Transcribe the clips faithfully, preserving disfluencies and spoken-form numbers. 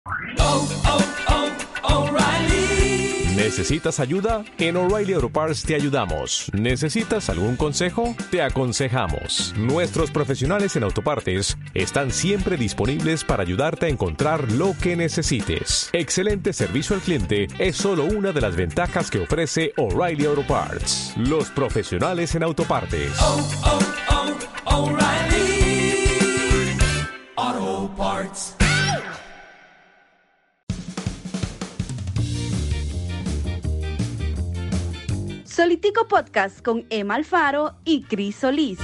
Oh, oh, oh, O'Reilly. ¿Necesitas ayuda? En O'Reilly Auto Parts te ayudamos. ¿Necesitas algún consejo? Te aconsejamos. Nuestros profesionales en autopartes están siempre disponibles para ayudarte a encontrar lo que necesites. Excelente servicio al cliente es solo una de las ventajas que ofrece O'Reilly Auto Parts. Los profesionales en autopartes. Oh, oh, oh, O'Reilly Auto Parts. Solitico Podcast con Emma Alfaro y Cris Solís.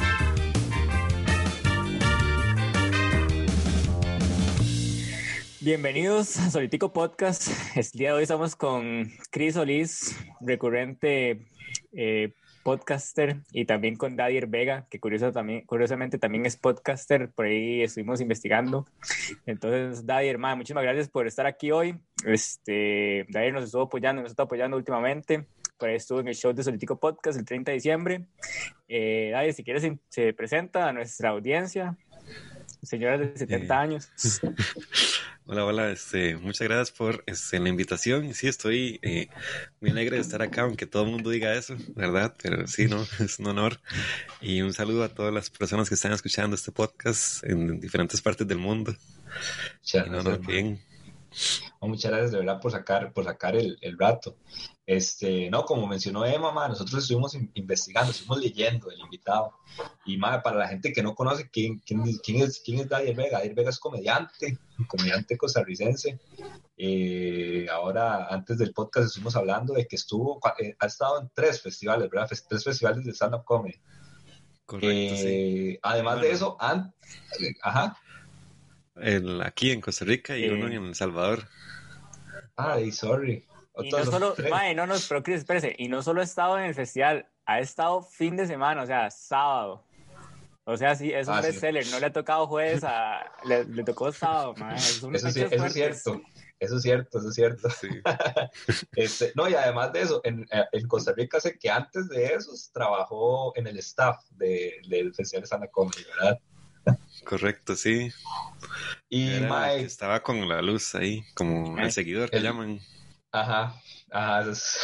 Bienvenidos a Solitico Podcast. El día de hoy estamos con Cris Solís, recurrente eh, podcaster, y también con Dadier Vega, que curioso también, curiosamente también es podcaster. Por ahí estuvimos investigando. Entonces, Dadier, hermano, muchísimas gracias por estar aquí hoy. Este, Dadier nos estuvo apoyando, nos está apoyando últimamente. Por ahí estuvo en el show de Solitico Podcast el treinta de diciembre. Eh, Dadier, si quieres, se presenta a nuestra audiencia. Señoras de setenta eh. años. Hola, hola, este, muchas gracias por este, la invitación. Y sí, estoy eh, muy alegre de estar acá, aunque todo el mundo diga eso, ¿verdad? Pero sí, no, es un honor. Y un saludo a todas las personas que están escuchando este podcast en diferentes partes del mundo. Muchas y no, no, bien. No, muchas gracias de verdad por sacar, por sacar el, el rato. Este, no, como mencionó Emma, ma, nosotros estuvimos in, investigando, estuvimos leyendo el invitado. Y ma, para la gente que no conoce quién, quién, quién es, quién es Dadier Vega, Dadier Vega es comediante, un comediante costarricense. Eh, ahora, antes del podcast estuvimos hablando de que estuvo, eh, ha estado en tres festivales, ¿verdad? Fes, tres festivales de stand-up comedy. Correcto, eh, sí. Además bueno. de eso, an, eh, ajá. El, aquí en Costa Rica y eh. uno en El Salvador. Ay, sorry. Y no solo, mae, no, no, pero Cris, espérese, y no solo ha estado en el festival, ha estado fin de semana, o sea, sábado. O sea, sí, es un ah, bestseller, sí. No le ha tocado jueves, a, le, le tocó sábado, mae. Es un eso, sí, eso es cierto, eso es cierto, eso es cierto. Sí. este, no, y además de eso, en, en Costa Rica sé que antes de eso trabajó en el staff de, del Festival de Stand-up Comedy, ¿verdad? Correcto, sí. Y Era mae, que estaba con la luz ahí, como el seguidor que el, llaman. Ajá, ajá. Es...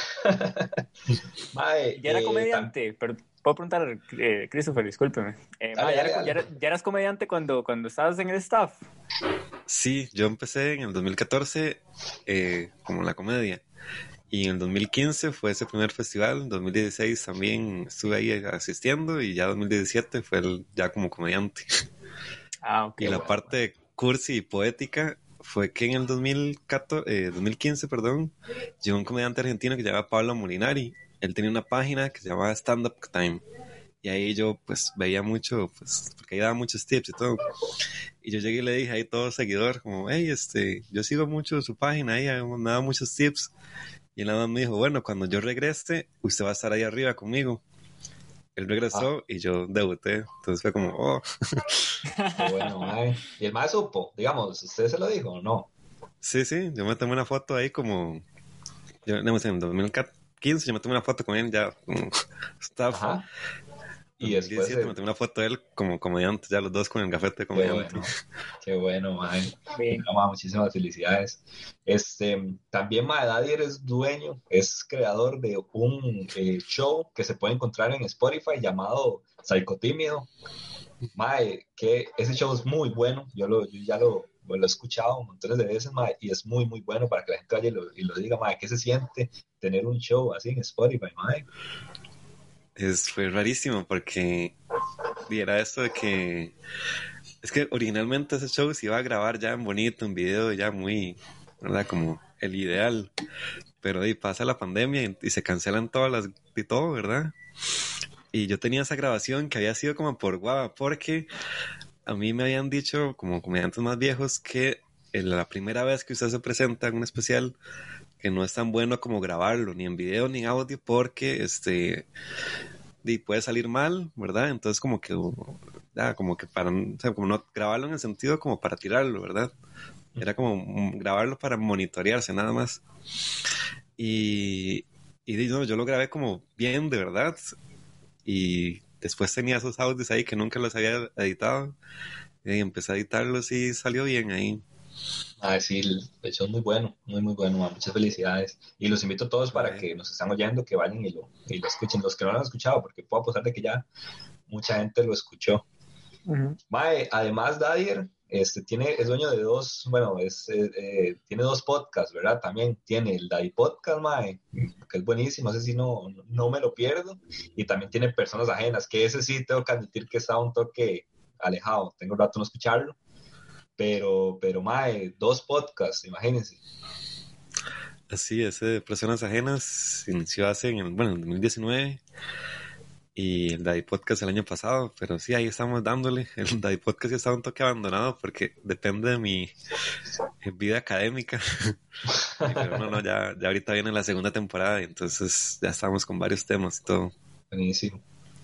mae, ya era eh, comediante, tan... pero puedo preguntar, eh, Christopher, discúlpeme. Eh, dale, mae, dale, ¿ya, dale. Ya, ¿Ya eras comediante cuando, cuando estabas en el staff? Sí, yo empecé en el dos mil catorce eh, como la comedia. Y en el dos mil quince fue ese primer festival, en dos mil dieciséis también estuve ahí asistiendo, y ya dos mil diecisiete fue el, ya como comediante. Ah, ok. Y la bueno, parte bueno. cursi y poética fue que en el dos mil catorce, eh, dos mil quince, perdón, llegó un comediante argentino que se llama Pablo Molinari. Él tenía una página que se llamaba Stand Up Time. Y ahí yo pues veía mucho, pues porque ahí daba muchos tips y todo. Y yo llegué y le dije ahí todo seguidor, como, hey, este, yo sigo mucho su página, ahí me daba muchos tips. Y él nada más me dijo, bueno, cuando yo regrese, usted va a estar ahí arriba conmigo. Él regresó ah. y yo debuté. Entonces fue como, oh. Qué bueno, mae. Y el mae supo, digamos, ¿usted se lo dijo o no? Sí, sí, yo me tomé una foto ahí como, yo, digamos, en dos mil quince yo me tomé una foto con él ya como staff. Ajá. Y después después de... me tomé una foto de él como comediante, ya los dos con el gafete de comediante. Qué bueno, qué bueno, mae. No, mae, muchísimas felicidades. Este, también mae, Dadier es dueño, es creador de un eh, show que se puede encontrar en Spotify llamado Psicotímido. Mae, que ese show es muy bueno. Yo, lo, yo ya lo, lo he escuchado montones de veces, mae, y es muy, muy bueno para que la gente vaya y lo, y lo diga, mae, ¿qué se siente tener un show así en Spotify, mae? Es, fue rarísimo porque era esto de que es que originalmente ese show se iba a grabar ya en bonito, en video, ya muy, ¿verdad? Como el ideal, pero ahí pasa la pandemia y, y se cancelan todas las y todo, ¿verdad? Y yo tenía esa grabación que había sido como por guava, porque a mí me habían dicho como comediantes más viejos que la primera vez que usted se presenta en un especial, que no es tan bueno como grabarlo, ni en video ni en audio, porque este y puede salir mal, ¿verdad? Entonces como que ya, como que para, o sea, como no grabarlo en el sentido como para tirarlo, ¿verdad? Era como grabarlo para monitorearse nada más. Y, y yo, yo lo grabé como bien, de verdad. Y después tenía esos audios ahí que nunca los había editado. Y empecé a editarlos y salió bien ahí. Ah, sí, el el show es muy bueno, muy, muy bueno, ma. Muchas felicidades. Y los invito a todos para Ok. que nos están oyendo, que vayan y lo, y lo escuchen. Los que no lo han escuchado, porque puedo apostar de que ya mucha gente lo escuchó. Ujú. Mae, además, Dadier este, tiene, es dueño de dos, bueno, es, eh, eh, tiene dos podcasts, ¿verdad? También tiene el Daddy Podcast, mae, que es buenísimo, ese sí no, no me lo pierdo. Y también tiene Personas Ajenas, que ese sí tengo que admitir que está un toque alejado. Tengo un rato no escucharlo, pero, pero mae, dos podcasts, imagínense. Así, ese de Personas Ajenas se inició hace, en el, bueno, en el dos mil diecinueve y el Daddy Podcast el año pasado, pero sí, ahí estamos dándole. El Daddy Podcast ya está un toque abandonado porque depende de mi eh, vida académica. Y, pero no, no, ya, ya ahorita viene la segunda temporada y entonces ya estamos con varios temas y todo. Buenísimo,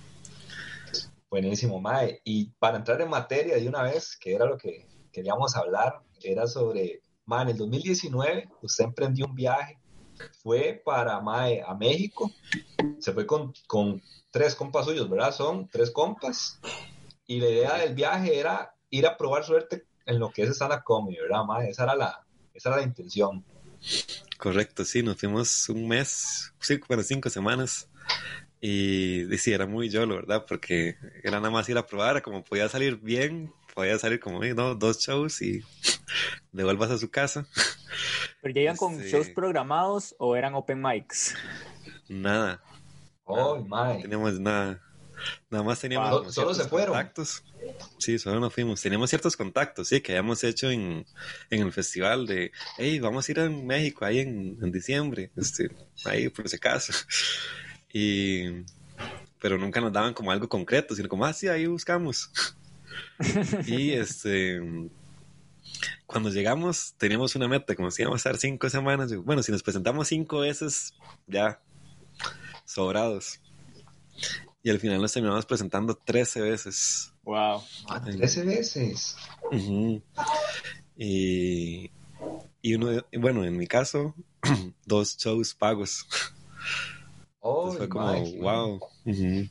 buenísimo, mae. Y para entrar en materia de una vez, que era lo que queríamos hablar, era sobre, mae, en el dos mil diecinueve usted emprendió un viaje, fue para, mae, a México, se fue con, con tres compas suyos, ¿verdad? Son tres compas. Y la idea del viaje era ir a probar suerte en lo que es stand-up comedy, ¿verdad, mae? Esa era la, esa era la intención. Correcto, sí, nos fuimos un mes, cinco, bueno, cinco semanas. Y, y sí, era muy YOLO, ¿verdad? Porque era nada más ir a probar, como podía salir bien, podía salir como, eh, ¿no? Dos shows y devuelvas a su casa. ¿Pero ya iban con Este, shows programados o eran open mics? nada, Oh, nada, no mae. teníamos nada. Nada más teníamos Wow. como Solo se ciertos fueron. contactos. Sí, solo nos fuimos. Teníamos ciertos contactos, sí, que habíamos hecho en, en el festival de, hey, vamos a ir a México ahí en, en diciembre, este, ahí por si acaso. Y, pero nunca nos daban como algo concreto, sino como, ah, sí, ahí buscamos. Y este, cuando llegamos, teníamos una meta, como si íbamos a estar cinco semanas. Digo, bueno, si nos presentamos cinco veces, ya, sobrados. Y al final nos terminamos presentando trece veces. Wow. Ah, trece veces. Ujú. Y, y uno, de- bueno, en mi caso, dos shows pagos. Oh, Entonces fue como, mae, qué bueno. wow. Ujú.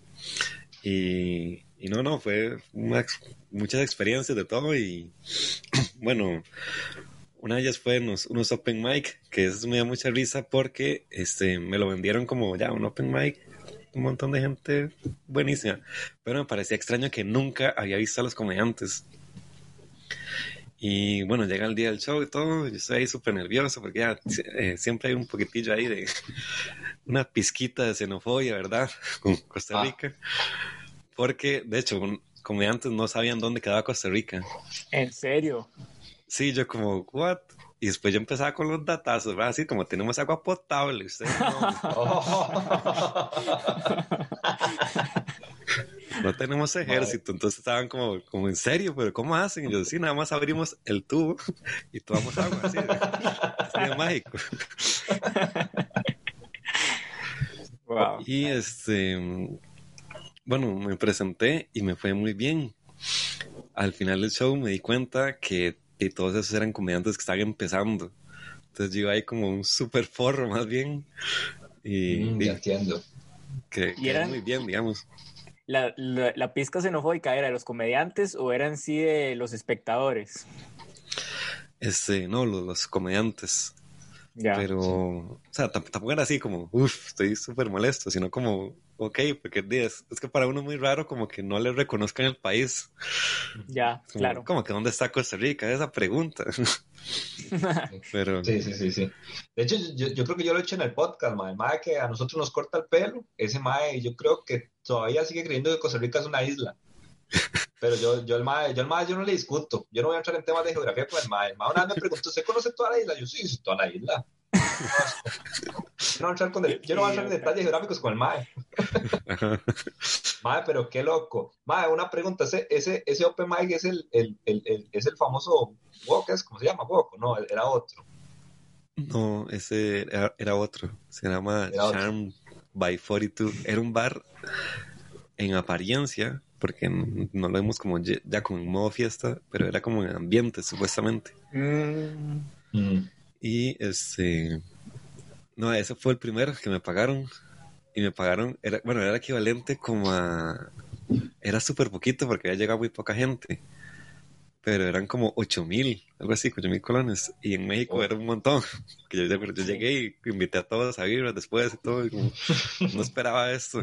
Y, y no, no, fue una ex- muchas experiencias de todo. Y bueno, una de ellas fue unos, unos open mic, que eso me da mucha risa porque este, me lo vendieron como ya un open mic, un montón de gente buenísima. Pero me parecía extraño que nunca había visto a los comediantes. Y bueno, llega el día del show y todo, yo estoy ahí súper nervioso porque ya eh, siempre hay un poquitillo ahí de una pizquita de xenofobia, ¿verdad? Con Costa Ah. Rica. Porque, de hecho, un- comediantes no sabían dónde quedaba Costa Rica. ¿En serio? Sí, yo como, ¿what? Y después yo empezaba con los datazos, ¿verdad? Así como tenemos agua potable, ustedes no, Oh. no tenemos ejército. Entonces estaban como, como, ¿en serio? ¿Pero cómo hacen? Y yo, sí, nada más abrimos el tubo y tomamos agua, así, así de mágico. Wow. Y este, bueno, me presenté y me fue muy bien. Al final del show me di cuenta que, que todos esos eran comediantes que estaban empezando. Entonces yo iba ahí como un super forro más bien. Y, Mm, y ya entiendo. que, ¿Y que eran- muy bien, digamos. ¿La, la, la pizca xenofóbica era de los comediantes o eran sí de los espectadores? Este, no, los, los comediantes. Ya. Pero, o sea, tamp- tampoco era así como, uff, estoy súper molesto, sino como, ok, porque es, es que para uno es muy raro como que no le reconozcan el país. Ya, Como, claro. como que ¿dónde está Costa Rica? Esa pregunta. Pero, Sí, sí, sí, sí. De hecho, yo, yo creo que yo lo he hecho en el podcast, mae. El mae que a nosotros nos corta el pelo, ese mae, yo creo que todavía sigue creyendo que Costa Rica es una isla. Pero yo, yo el mae, yo el mae, yo no le discuto. Yo no voy a entrar en temas de geografía con el mae. El mae una vez me preguntó, ¿usted conoce toda la isla? Yo sí, sí, toda la isla. Yo no voy a entrar, con el- yo no voy a entrar en detalles geográficos con el mae. ajá. Mae, pero qué loco. Mae, una pregunta, ese, ese, ese open mic es el, el, el, el- es el famoso Wok, ¿es? ¿Cómo se llama? Wok, no, era otro. No, ese era, era otro. Se llama Era otro. Charm by cuarenta y dos. Era un bar en apariencia, porque n- no lo vemos como ya, ya como en modo fiesta, pero era como en ambiente, supuestamente. Mm, Mm. Y este, no, ese fue el primero que me pagaron. Y me pagaron, era, bueno, era equivalente como a, era súper poquito porque había llegado muy poca gente. pero eran como ocho mil, algo así, ocho mil colones. Y en México Oh. era un montón. Que yo, yo, yo llegué y invité a todos a vibras después y todo. Y como, no esperaba esto.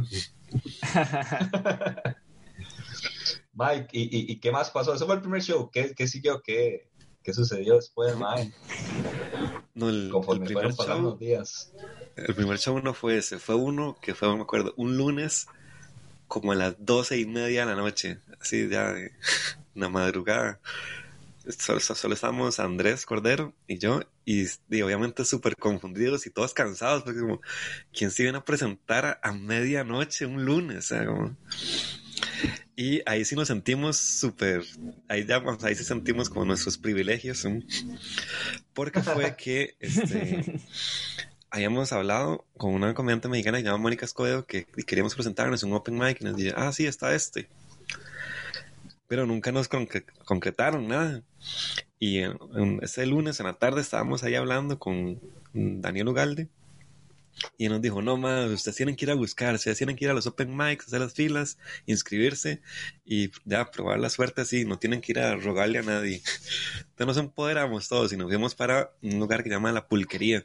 Mike, ¿y, y, ¿y qué más pasó? Ese fue el primer show. ¿Qué, qué siguió? ¿Qué, qué sucedió después, Mike? No, el, el Conforme primer fueron pasando show, los días. el primer show no fue ese, fue uno que fue, me acuerdo, un lunes como a las doce y media de la noche, así ya de una madrugada. Solo, solo estábamos Andrés Cordero y yo, y, y obviamente súper confundidos y todos cansados, porque como, ¿quién se iba a presentar a, a medianoche un lunes? O sea, como... Y ahí sí nos sentimos súper, ahí ya, pues, ahí sí sentimos como nuestros privilegios, ¿sí? Porque fue que, este... habíamos hablado con una comediante mexicana llamada Mónica Escobedo que queríamos presentarnos en un open mic y nos dice, ah, sí, está este. Pero nunca nos concre- concretaron nada. Y en, en ese lunes en la tarde estábamos ahí hablando con Daniel Ugalde y él nos dijo, no, más, ustedes tienen que ir a buscar, ustedes tienen que ir a los open mics, hacer las filas, inscribirse y ya probar la suerte así, no tienen que ir a rogarle a nadie. Entonces nos empoderamos todos y nos fuimos para un lugar que se llama La Pulquería.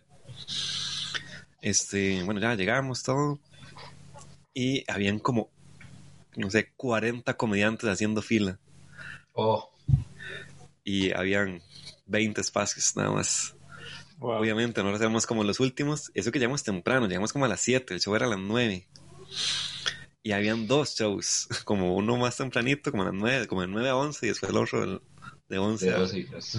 Este, bueno, ya llegamos todo y habían como, no sé, cuarenta comediantes haciendo fila Oh, y habían veinte espacios nada más. Wow. Obviamente, nosotros éramos como los últimos, eso que llegamos temprano, llegamos como a las siete, el show era a las nueve y habían dos shows, como uno más tempranito, como a las nueve, como de nueve a once y después el otro el- de once de a... dos hijos.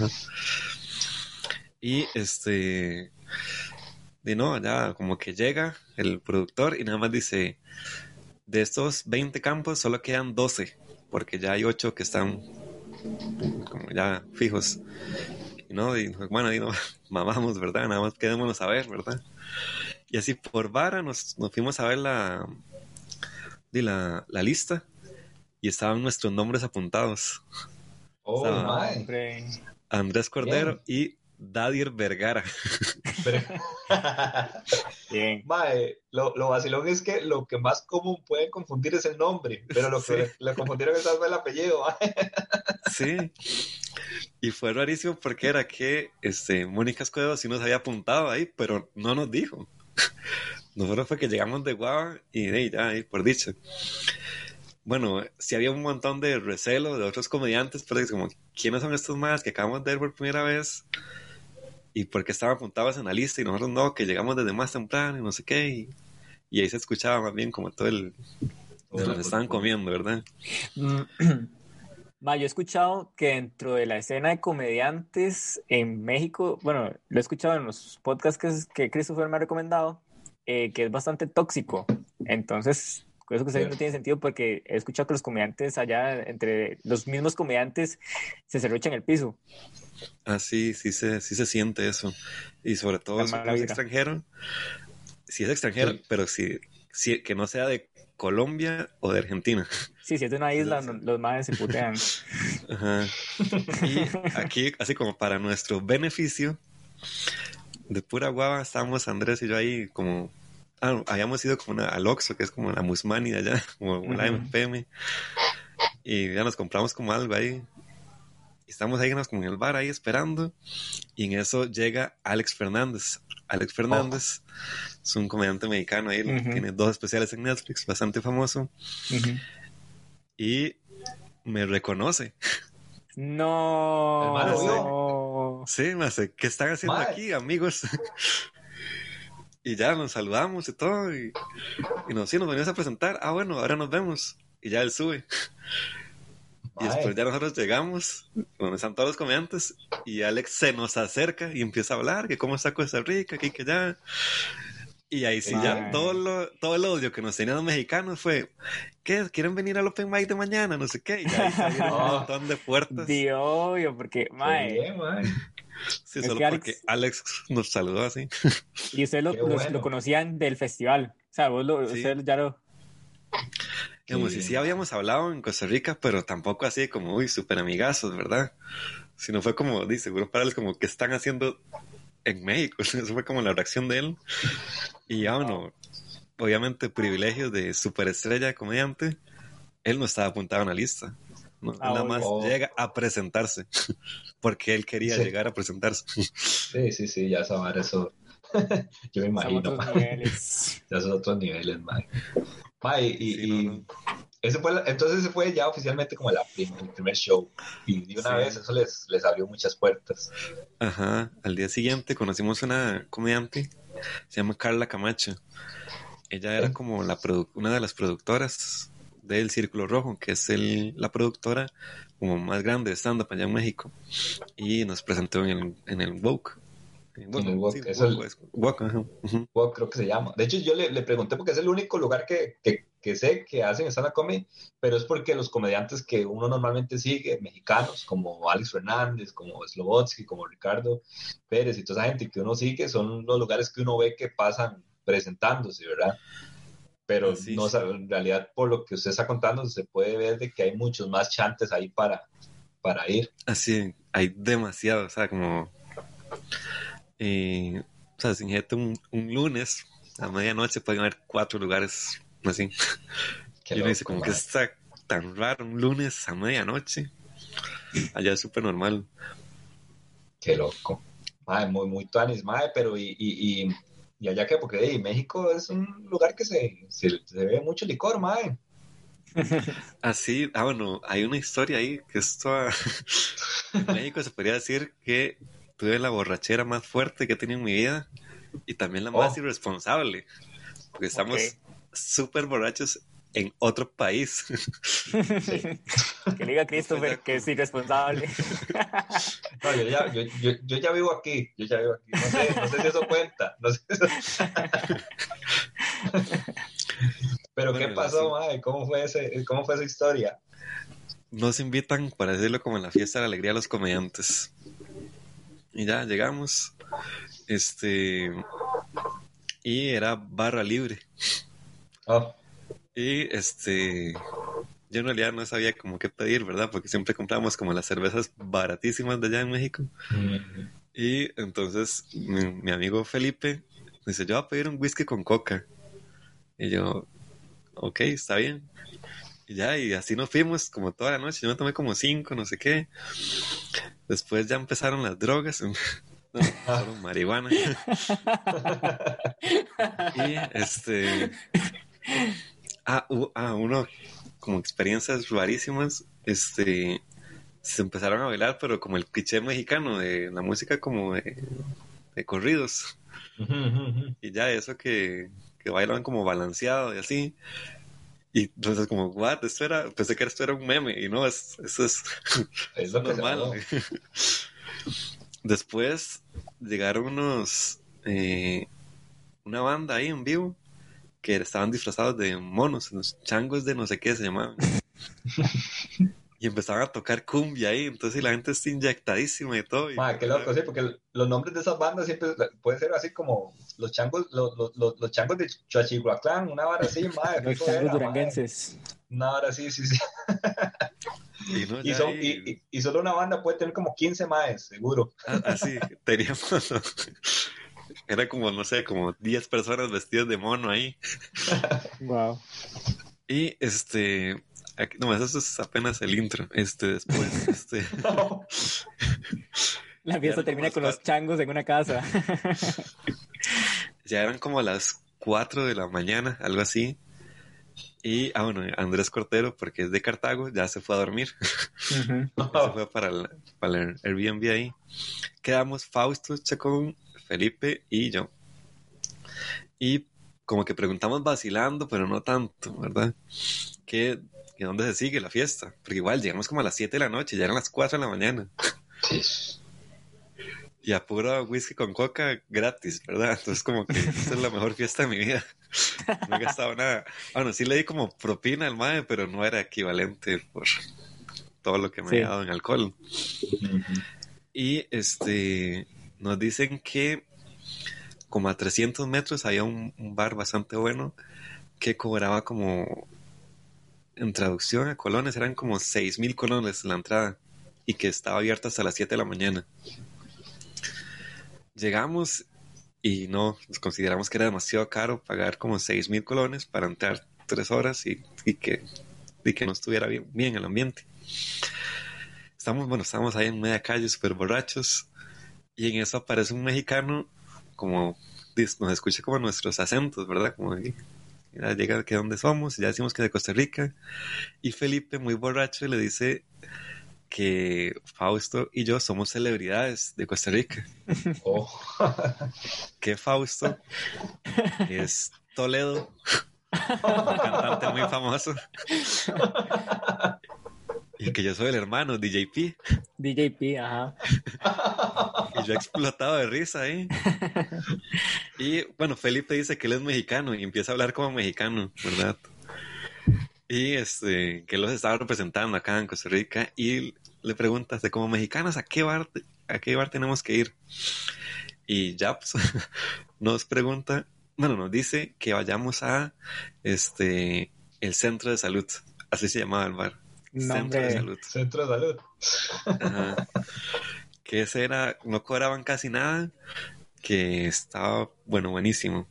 Y este... de no, ya como que llega el productor y nada más dice, de estos veinte campos solo quedan doce, porque ya hay ocho que están como ya fijos. Y no, y bueno, y no, mamamos, ¿verdad? Nada más quedémonos a ver, ¿verdad? Y así por vara nos, nos fuimos a ver la, de la, la lista y estaban nuestros nombres apuntados. Oh, Estaba Mike. Hombre. Andrés Cordero y Dadier Vergara. Pero... Bien. Mae, lo, lo vacilón es que lo que más común pueden confundir es el nombre, pero lo que Sí. le confundieron es el apellido, mae. Sí. Y fue rarísimo porque era que este, Mónica Escobedo sí nos había apuntado ahí, pero no nos dijo. Nosotros fue que llegamos de Guava y de ahí, ya, ahí, por dicho. Bueno, sí había un montón de recelo de otros comediantes, pero es como, ¿quiénes son estos más que acabamos de ver por primera vez? Y porque estaban apuntados en la lista y nosotros no, que llegamos desde más temprano y no sé qué. Y, y ahí se escuchaba más bien como todo el... de lo que estaban comiendo, ¿verdad? Ma, yo he escuchado que dentro de la escena de comediantes en México, bueno, lo he escuchado en los podcasts que, que Christopher me ha recomendado, eh, que es bastante tóxico. Entonces, eso que usted no tiene sentido porque he escuchado que los comediantes allá, entre los mismos comediantes, se cerruchan el piso. Ah, sí, sí se, sí se siente eso. Y sobre todo La si mala es vibra. extranjero. Si es extranjero, Sí. pero si, si, que no sea de Colombia o de Argentina. Sí, si es de una isla, Sí, sí. no- los madres se putean. Ajá. Y aquí, así como para nuestro beneficio, de pura guava, estábamos Andrés y yo ahí como... Ah, habíamos ido como una, al Oxxo, que es como la Musmani de allá, como la Ujú. M P M. Y ya nos compramos como algo ahí. Y estamos ahí como en el bar ahí esperando. Y en eso llega Alex Fernández. Alex Fernández es un comediante mexicano ahí, Ujú. tiene dos especiales en Netflix, bastante famoso. Ujú. Y me reconoce. No. El malo Sí, me hace, ¿qué están haciendo Mae. aquí, amigos? Y ya nos saludamos y todo. Y, y nos, sí, nos venimos a presentar. Ah, bueno, ahora nos vemos. Y ya él sube. Y después Mae. ya nosotros llegamos, donde están todos los comediantes, y Alex se nos acerca y empieza a hablar, que cómo está Costa Rica, aquí, que allá. Y ahí sí, ya Mae. todo, lo, todo el odio que nos tenían los mexicanos fue, ¿qué? ¿Quieren venir al Open Mic de mañana? No sé qué. Y ya ahí se abrieron un montón de puertas. De obvio, porque, Qué mae, bien, mae. Sí, Es solo que Alex- porque Alex nos saludó así. y ustedes lo, Qué los- bueno. lo conocían del festival. O sea, vos lo, Sí. ustedes ya lo... Digamos, Qué y sí bien. habíamos hablado en Costa Rica, pero tampoco así como, uy, súper amigazos, ¿verdad? Sino fue como, dice, seguro para él como, ¿qué están haciendo en México? Eso fue como la reacción de él. Y ya, bueno, obviamente privilegios de superestrella de comediante, él no estaba apuntado en la lista. No, Ah, nada obvio. más Oh. llega a presentarse. Porque él quería Sí. llegar a presentarse. Sí, sí, sí, ya saber eso. Yo me Son imagino. otros ma. niveles. Ya son otros niveles, mae. Mae, y, Sí, no, y no. ese fue la- entonces ese fue ya oficialmente como la prim- el primer show. Y de una Sí. vez eso les, les abrió muchas puertas. Ajá. Al día siguiente conocimos una comediante, se llama Carla Camacho. Ella era Sí. como la produ- una de las productoras del Círculo Rojo, que es el, la productora como más grande de stand-up allá en México. Y nos presentó en el, en el Woke. En En el Woke, sí, es Woke, el- es- Woke, ajá, ujú. Wow, creo que se llama. De hecho, yo le, le pregunté porque es el único lugar que, que, que sé que hacen stand-up comedy, pero es porque los comediantes que uno normalmente sigue, mexicanos, como Alex Fernández, como Slobotsky, como Ricardo Pérez y toda esa gente que uno sigue, son los lugares que uno ve que pasan presentándose, ¿verdad? Pero Así, no sí. sabe- en realidad, por lo que usted está contando, se puede ver de que hay muchos más chantes ahí para, para ir. Así, hay demasiado, o sea, como... eh, o sea, sin gente un, un lunes a medianoche pueden haber cuatro lugares así. Qué Y uno dice, loco, como que mae. está tan raro un lunes a medianoche. Allá es súper normal. Qué loco. Mae, muy, muy tuanis, mae, pero y, y, y, y allá que, porque hey, México es un lugar que se, se, se ve mucho licor, mae. Así, ah, bueno, hay una historia ahí que es toda... En México se podría decir que tuve la borrachera más fuerte que he tenido en mi vida y también la más Oh. irresponsable, porque estamos Ok. súper borrachos en otro país. Que le diga a Christopher ya que es como- irresponsable. No, yo ya, yo, yo, yo ya vivo aquí, yo ya vivo aquí. No sé, no sé si eso cuenta. No sé si eso- Pero Bueno, ¿qué el pasó, asunto- mae? ¿Cómo fue ese, cómo fue esa historia? Nos invitan, para decirlo como en la fiesta de la alegría, a los comediantes. Y ya llegamos. Este. Y era barra libre. Oh, Y este. Yo en realidad no sabía como qué pedir, ¿verdad? Porque siempre compramos como las cervezas baratísimas de allá en México. mm, Y entonces mi, mi amigo Felipe dice: Yo voy a pedir un whisky con coca. Y yo, ok, está bien. Y ya, y así nos fuimos como toda la noche. Yo me tomé como cinco, no sé qué. Después ya empezaron las drogas. No, solo marihuana. Y este. Ah, hu- ah, uno, como experiencias rarísimas. Este. Se empezaron a bailar, pero como el cliché mexicano de la música, como de, de corridos. ujú, ujú, ujú. Y ya eso que, que bailan como balanceado y así. Y entonces como, what, esto era, pensé que esto era un meme. Y no, es, eso es, Es es lo que se normal. habló. Después llegaron unos, eh, una banda ahí en vivo que estaban disfrazados de monos, los changos de no sé qué se llamaban. Y empezaban a tocar cumbia ahí, entonces la gente está inyectadísima y todo. Y, Ma, qué loco, sí, porque los nombres de esas bandas siempre pueden ser así como los changos, los, los, los, los changos de Chuachihuaclán, una vara así, ma, Los fijo changos era, ma, duranguenses. una hora así, sí, sí. y no, Y, ya son, ahí, y, y, y solo una banda puede tener como quince maes, seguro. a- así, teníamos, era como, no sé, como diez personas vestidas de mono ahí. Wow. Y este, aquí, no, eso es apenas el intro. Este, después, este, La Ya fiesta eran termina como con las los changos en una casa. ya eran como las cuatro de la mañana, algo así. Y, ah, bueno, Andrés Cortero, porque es de Cartago, ya se fue a dormir. Ujú. Ya se fue para el, para el Airbnb ahí. Quedamos Fausto, Chacón, Felipe y yo. Y como que preguntamos vacilando, pero no tanto, ¿verdad? ¿Qué, que dónde se sigue la fiesta? Porque igual llegamos como a las siete de la noche, ya eran las cuatro de la mañana. Sí. Y a puro whisky con coca gratis, ¿verdad? Entonces como que esta es la mejor fiesta de mi vida. No he gastado nada. Bueno, sí le di como propina al mae, pero no era equivalente por todo lo que me Sí. ha dado en alcohol. Y este nos dicen que como a trescientos metros había un, un bar bastante bueno que cobraba como, en traducción a colones, eran como seis mil colones la entrada y que estaba abierta hasta las siete de la mañana. Llegamos y no, nos consideramos que era demasiado caro pagar como seis mil colones para entrar tres horas y, y, que, y que no estuviera bien, bien el ambiente. Estamos, bueno, estamos ahí en media calle súper borrachos y en eso aparece un mexicano como nos escucha como nuestros acentos, ¿verdad? Como ahí, mira, llega que dónde somos, ya decimos que de Costa Rica y Felipe muy borracho le dice que Fausto y yo somos celebridades de Costa Rica. Oh. Que Fausto es Toledo, un cantante muy famoso. Y que yo soy el hermano, D J P. D J P, ajá. Y yo he explotado de risa ahí. Y bueno, Felipe dice que él es mexicano y empieza a hablar como mexicano, ¿verdad? Y este, que él los estaba representando acá en Costa Rica y le pregunta, de como mexicanos, ¿a qué bar, a qué bar tenemos que ir? Y ya pues, nos pregunta, bueno, nos dice que vayamos a este el centro de salud, así se llamaba el bar. Nombre. Centro de salud. Centro de salud. Ajá. Que ese era, no cobraban casi nada, que estaba, bueno, buenísimo.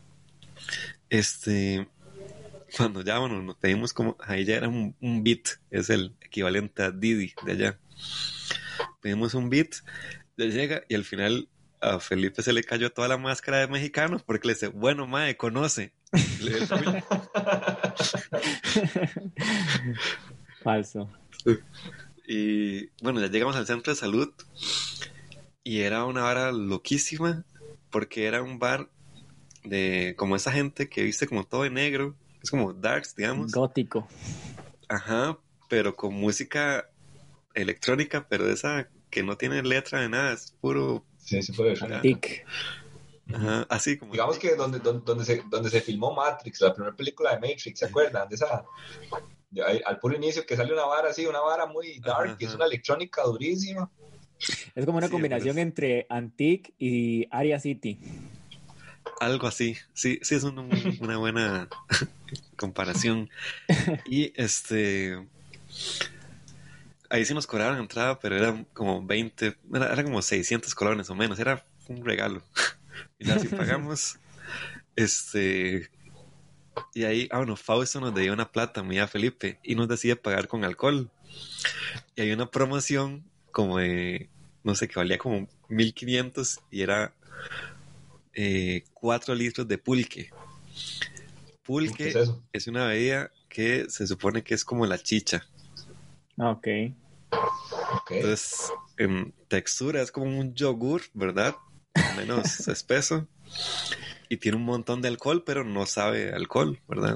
Este, cuando ya, bueno, nos pedimos como, ahí ya era un, un beat, es el equivalente a Didi de allá. Pedimos un beat, ya llega y al final a Felipe se le cayó toda la máscara de mexicano porque le dice, bueno, mae, conoce. Le Falso. Y bueno, ya llegamos al centro de salud y era una vara loquísima porque era un bar de como esa gente que viste como todo de negro, es como darks, digamos. Gótico. Ajá, pero con música electrónica, pero esa que no tiene letra de nada, es puro... Sí, sí puede ser. Antique. Ajá, así como... Digamos que donde, donde, donde, se, donde se filmó Matrix, la primera película de Matrix, ¿se acuerdan? De esa... de ahí, al puro inicio que sale una vara así, una vara muy dark, Ajá, que es ajá. una electrónica durísima. Es como una Sí, combinación pues. entre Antique y Area City. Algo así, sí, sí es una, una buena comparación. Y este... Ahí sí nos cobraron entrada, pero eran como veinte, era, era como seiscientos colones o menos, era un regalo. Y ya si pagamos, este... Y ahí, ah, bueno, Fausto nos dio una plata, muy a Felipe, y nos decide pagar con alcohol. Y hay una promoción como de, no sé, que valía como mil quinientos y era eh, cuatro litros de pulque. Pulque ¿Qué es eso? es una bebida que se supone que es como la chicha. Ok. Ok. Entonces, en textura es como un yogur, ¿verdad? Menos espeso. Y tiene un montón de alcohol, pero no sabe a alcohol, ¿verdad?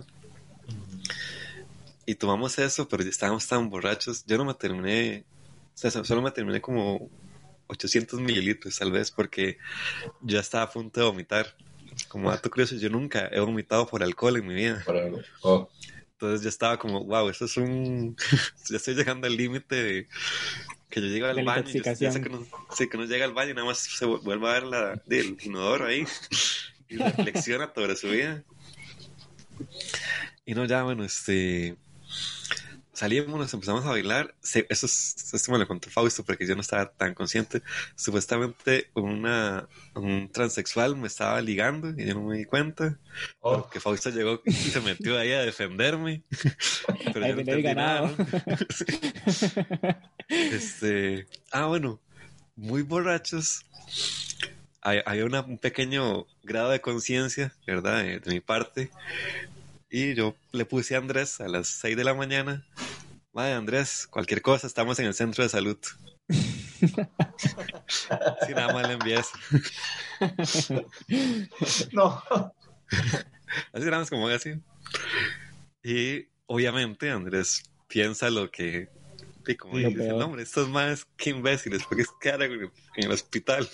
Y tomamos eso, pero ya estábamos tan borrachos. Yo no me terminé, o sea, solo me terminé como ochocientos mililitros, tal vez, porque ya estaba a punto de vomitar. Como dato curioso, yo nunca he vomitado por alcohol en mi vida. Para algo. Oh. Entonces ya estaba como, wow, eso es un... ya estoy llegando al límite de que yo llego al De la baño y yo, yo sé intoxicación. que no, sí, que uno llega al baño y nada más se vu- vuelve a ver la, del inodoro ahí y reflexiona sobre su vida. Y no, ya, bueno, este... Salimos, nos empezamos a bailar. Se, eso es, esto me lo contó Fausto porque yo no estaba tan consciente. Supuestamente una, un transexual me estaba ligando y yo no me di cuenta. Oh. Porque Fausto llegó y se metió ahí a defenderme. Pero A yo no defender el entendí nada, ganado. ¿no? Este, ah, bueno, muy borrachos. Hay, hay una, un pequeño grado de conciencia, ¿verdad? De, de mi parte. Y yo le puse a Andrés a las seis de la mañana. Madre, Andrés, cualquier cosa, estamos en el centro de salud. Si nada más le envié eso. No. Así nada más como así. Y obviamente Andrés piensa lo que... Y como Lo dice, peor. no, hombre, estos más que imbéciles, porque es que ahora en el hospital.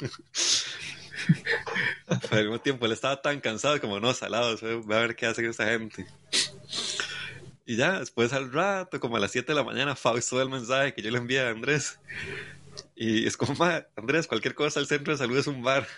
Pero al mismo tiempo él estaba tan cansado como no, salados, voy a ver qué hace esa gente. Y ya, después al rato, como a las siete de la mañana, Fausto ve el mensaje que yo le envié a Andrés. Y es como, "Ma, Andrés, cualquier cosa, el centro de salud es un bar".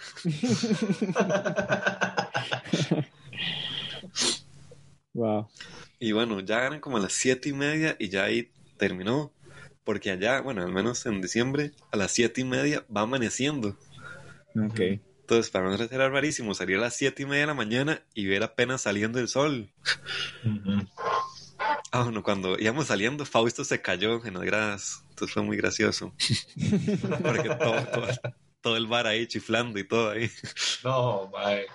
Wow. Y bueno, ya eran como a las siete y media y ya ahí terminó. Porque allá, bueno, al menos en diciembre, a las siete y media va amaneciendo. Ok. Entonces, para nosotros era rarísimo salir a las siete y media de la mañana y ver apenas saliendo el sol. Uh-huh. Ah, bueno, cuando íbamos saliendo, Fausto se cayó en las gradas. Entonces fue muy gracioso. Porque todo, todo, todo el bar ahí chiflando y todo ahí. No, mae.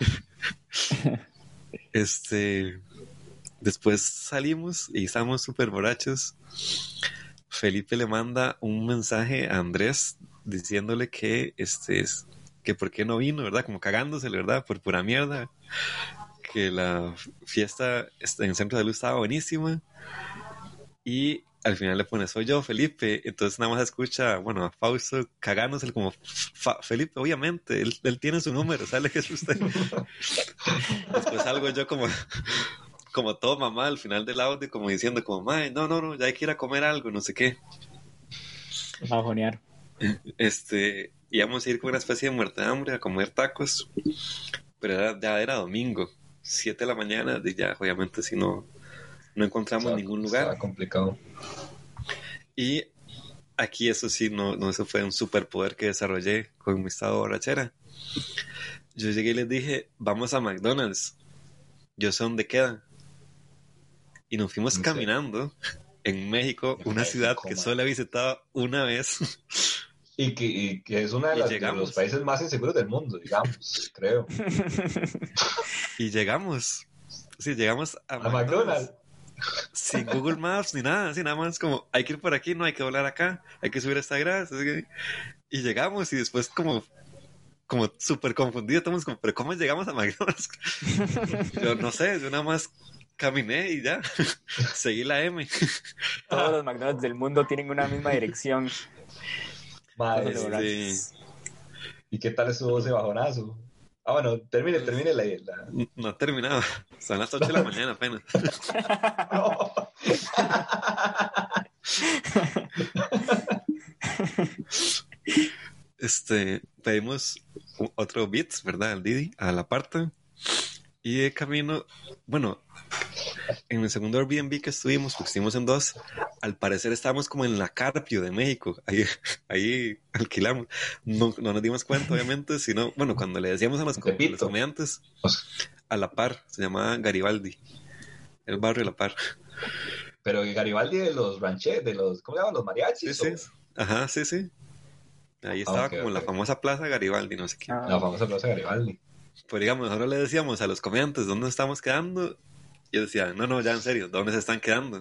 Este... Después salimos y estábamos súper borrachos. Felipe le manda un mensaje a Andrés diciéndole que este es que por qué no vino, ¿verdad? Como cagándose, ¿verdad? Por pura mierda. Que la fiesta en el centro de salud estaba buenísima. Y al final le pone, soy yo, Felipe. Entonces nada más escucha, bueno, a Fausto cagándose como, Felipe, obviamente, él, él tiene su número, ¿sabe qué es usted? Después salgo yo como... como todo mamá al final del audio, como diciendo como, mae, no, no, no, ya hay que ir a comer algo, no sé qué. A jonear. Este, íbamos a ir con una especie de muerte de hambre a comer tacos, pero era, ya era domingo, siete de la mañana, y ya obviamente si no, no encontramos Estaba- ningún lugar. Estaba complicado. Y aquí eso sí, no, no, eso fue un superpoder que desarrollé con mi estado de borrachera. Yo llegué y les dije, vamos a McDonald's, yo sé dónde queda. Y nos fuimos Sí. caminando en México, En una México, ciudad que man. solo he visitado una vez. Y que, y que es uno de, Y las- de llegamos. los países más inseguros del mundo, digamos, creo. Y llegamos. Sí, llegamos a, A McDonald's. Sin Google Maps ni nada, así nada más como hay que ir por aquí, no hay que doblar acá, hay que subir esta grada. así que- Y llegamos y después como como súper confundido, estamos como, pero ¿cómo llegamos a McDonald's? Yo no sé, yo nada más caminé y ya, seguí la M. Todos los McDonald's del mundo tienen una misma dirección. Mae, Todos los Este, borrachos. ¿y qué tal estuvo ese bajonazo? Ah, bueno, termine, termine la... la... No he terminado, son las ocho de la mañana apenas. No. Este, pedimos u- otro Beats, ¿verdad? Al Didi, a la parte. Y de camino, bueno, en el segundo Airbnb que estuvimos, porque estuvimos en dos, al parecer estábamos como en la Carpio de México. Ahí, ahí alquilamos. No, no nos dimos cuenta, obviamente, sino, bueno, cuando le decíamos a los, co- a los Tepito. comediantes, a La Par, se llamaba Garibaldi, el barrio La Par. Pero Garibaldi de los rancheros, de los, ¿cómo se llaman? Los Sí, mariachis. sí. o- Ajá, sí, sí. Ahí estaba ok, como la ok. famosa Plaza Garibaldi, no sé qué. Ah, La famosa plaza Garibaldi. Pues digamos, nosotros le decíamos a los comediantes dónde nos estamos quedando. Y yo decía, no, no, ya en serio, ¿dónde se están quedando?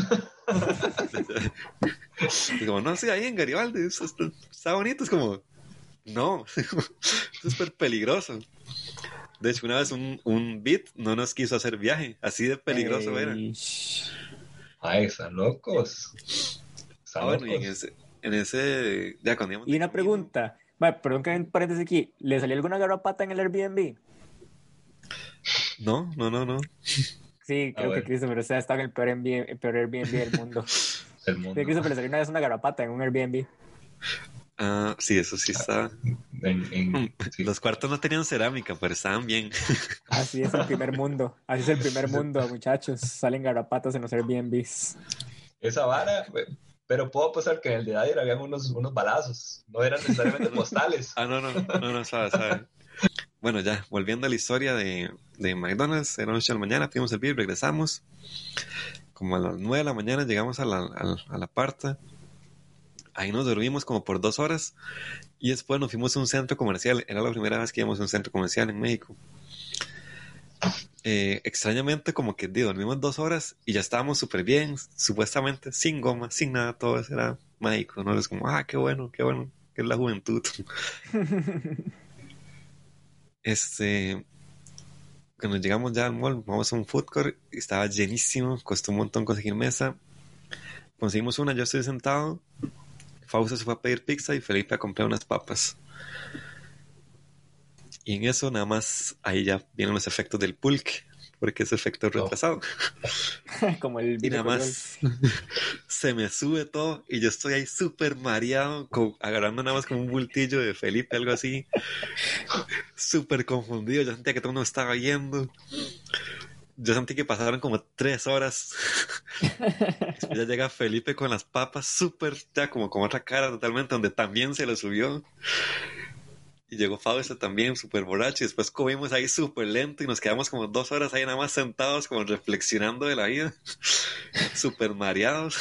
Y como, no, sí, ahí en Garibaldi, eso está, está bonito. Es como, no, es súper peligroso. De hecho, una vez un, un beat no nos quiso hacer viaje, así de peligroso era. ey, Ay, están locos. Están Ah, bueno, y en locos. ese, en ese, ya cuando íbamos Y de una camino- pregunta. Vale, perdón que me paréntesis aquí. ¿Le salió alguna garrapata en el Airbnb? No, no, no, no. Sí, creo bueno. que Christopher usted está en el peor Airbnb, el peor Airbnb del mundo. El Sí, mundo. a Christopher le salió una vez una garrapata en un Airbnb. Ah, sí, eso sí está. En, en- sí. Los cuartos no tenían cerámica, pero estaban bien. Así es el primer mundo. Así es el primer mundo, muchachos. Salen garrapatas en los Airbnbs. Esa vara, pero puedo apostar que en el de Dyer habían unos, unos balazos. No eran necesariamente postales. Ah, no, no, no, no, sabe, sabe. Bueno, ya, volviendo a la historia de, de McDonald's, era noche de la mañana, fuimos el beer, regresamos. Como a las nueve de la mañana llegamos a la, a, a la parta. Ahí nos dormimos como por dos horas. Y después nos fuimos a un centro comercial. Era la primera vez que íbamos a un centro comercial en México. Eh, extrañamente, como que di, dormimos dos horas y ya estábamos súper bien, supuestamente, sin goma, sin nada, todo eso era mágico, ¿no? Es como, ah, qué bueno, qué bueno, que es la juventud. Este, cuando llegamos ya al mall, vamos a un food court y estaba llenísimo, costó un montón conseguir mesa. Conseguimos una, yo estoy sentado, Fausto se fue a pedir pizza y Felipe a comprar unas papas. Y en eso nada más, ahí ya vienen los efectos del pulque, porque es efecto retrasado. Como el Y nada video más se me sube todo y yo estoy ahí súper mareado, con- agarrando nada más como un bultillo de Felipe, algo así. Súper confundido, yo sentía que todo el mundo me estaba viendo. Yo sentí que pasaron como tres horas. Después ya llega Felipe con las papas, súper, ya como con otra cara totalmente, donde también se lo subió. Y Y llegó Fausto también, súper borracho. Y después comimos ahí súper lento y nos quedamos como dos horas ahí nada más sentados, como reflexionando de la vida. Súper mareados.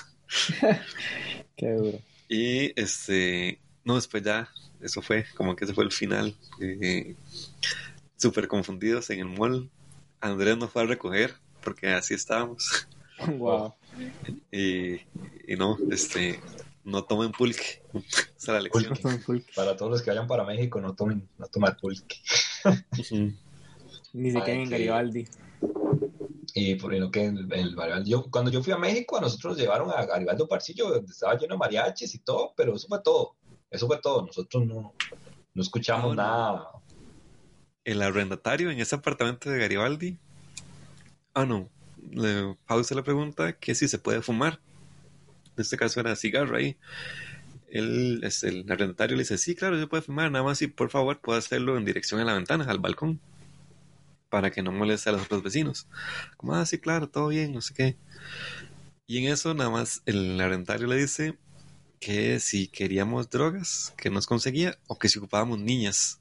Qué duro. Y este, no, después ya, eso fue, como que ese fue el final. Eh, súper confundidos en el mall. Andrés nos fue a recoger, porque así estábamos. Wow. Y, y no, este, no tomen pulque. Esa es la lección. Para todos los que vayan para México, no tomen, no tomen pulque. Ni se queden en Garibaldi. Y por lo que el, el Garibaldi, yo, cuando yo fui a México, a nosotros nos llevaron a Garibaldi un Parcillo, donde estaba lleno de mariachis y todo, pero eso fue todo. Eso fue todo. Nosotros no, no escuchamos Ah, no. nada. El arrendatario en ese apartamento de Garibaldi. Ah, no. Le, Fausto le pregunta que si se puede fumar. En este caso era cigarro ahí. Él, este, el arrendatario le dice, sí, claro, se puede fumar, nada más si por favor puede hacerlo en dirección a la ventana, al balcón, para que no moleste a los otros vecinos. Como, ah, sí, claro, todo bien, no sé qué. Y en eso nada más el arrendatario le dice que si queríamos drogas, que nos conseguía, o que si ocupábamos niñas.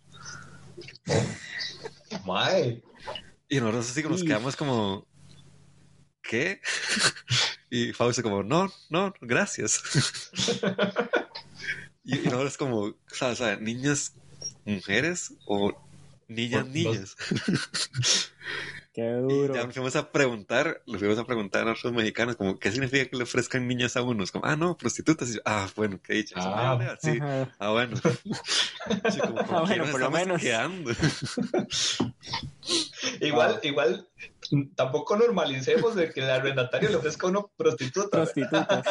Mae. Y nosotros así como nos quedamos como, ¿qué? Y Fausto como, no, no, gracias. y, y nosotros como, o sea, o sea, niñas, mujeres o niñas, niñas. Qué Y duro. ya fuimos a preguntar, le fuimos a preguntar a otros mexicanos, como, ¿qué significa que le ofrezcan niñas a unos? Como, ah, no, prostitutas. Y yo, ah, bueno, qué dicho. Ah, Ah, sí, ajá. ah, bueno. Sí, como, ¿con Ah, quién bueno, nos por lo estamos menos. quedando? Igual, Wow. igual, tampoco normalicemos de que el arrendatario le ofrezca a uno prostituta. Prostitutas.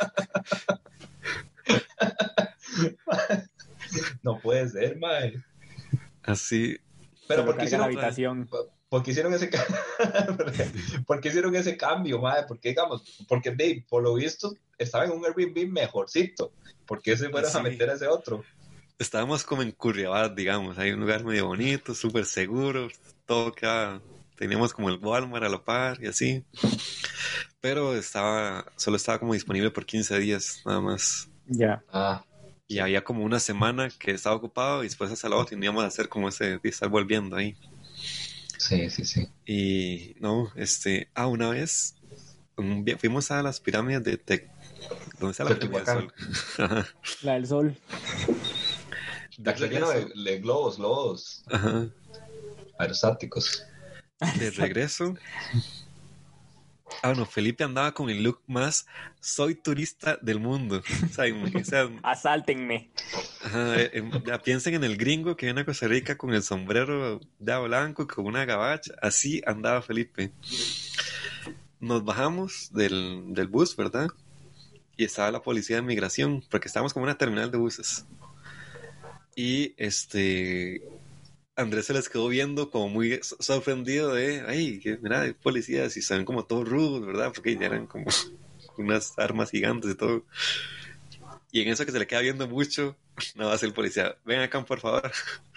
No puede ser, mae. Así, Pero Se lo ¿por qué carga la hicieron, habitación. por qué hicieron ese cambio? ¿Por qué hicieron ese cambio, mae? Porque, digamos, porque Dave, por lo visto, estaba en un Airbnb mejorcito. ¿Por qué se fueron Sí. a meter a ese otro? estábamos como en Curriabat, digamos, hay un lugar medio bonito, súper seguro, todo quedaba, teníamos como el Walmart a la par y así, pero estaba, solo estaba como disponible por quince días nada más, Ya. Ah, y había como una semana que estaba ocupado y después hasta la otra teníamos que hacer como ese, de estar volviendo ahí, sí, sí, sí. y no, este, ah, una vez un día fuimos a las pirámides de Tec, ¿dónde está la pirámide del Teotihuacán. Sol? La del sol. De Está lleno de, regreso, de globos, globos ajá, aerostáticos. de regreso. Ah, no, Felipe andaba con el look más soy turista del mundo. O sea, en- o sea, Asáltenme. ajá, eh, em, ya piensen en el gringo que viene a Costa Rica con el sombrero ya blanco y con una gabacha. Así andaba Felipe. Nos bajamos del, del bus, ¿verdad? Y estaba la policía de migración, porque estábamos como en una terminal de buses. Y este Andrés se les quedó viendo como muy so- sorprendido de, ay, que, mira, hay policías y se ven como todos rudos, ¿verdad? Porque ya eran como unas armas gigantes y todo. Y en eso que se le queda viendo mucho, nada más el policía, ven acá por favor.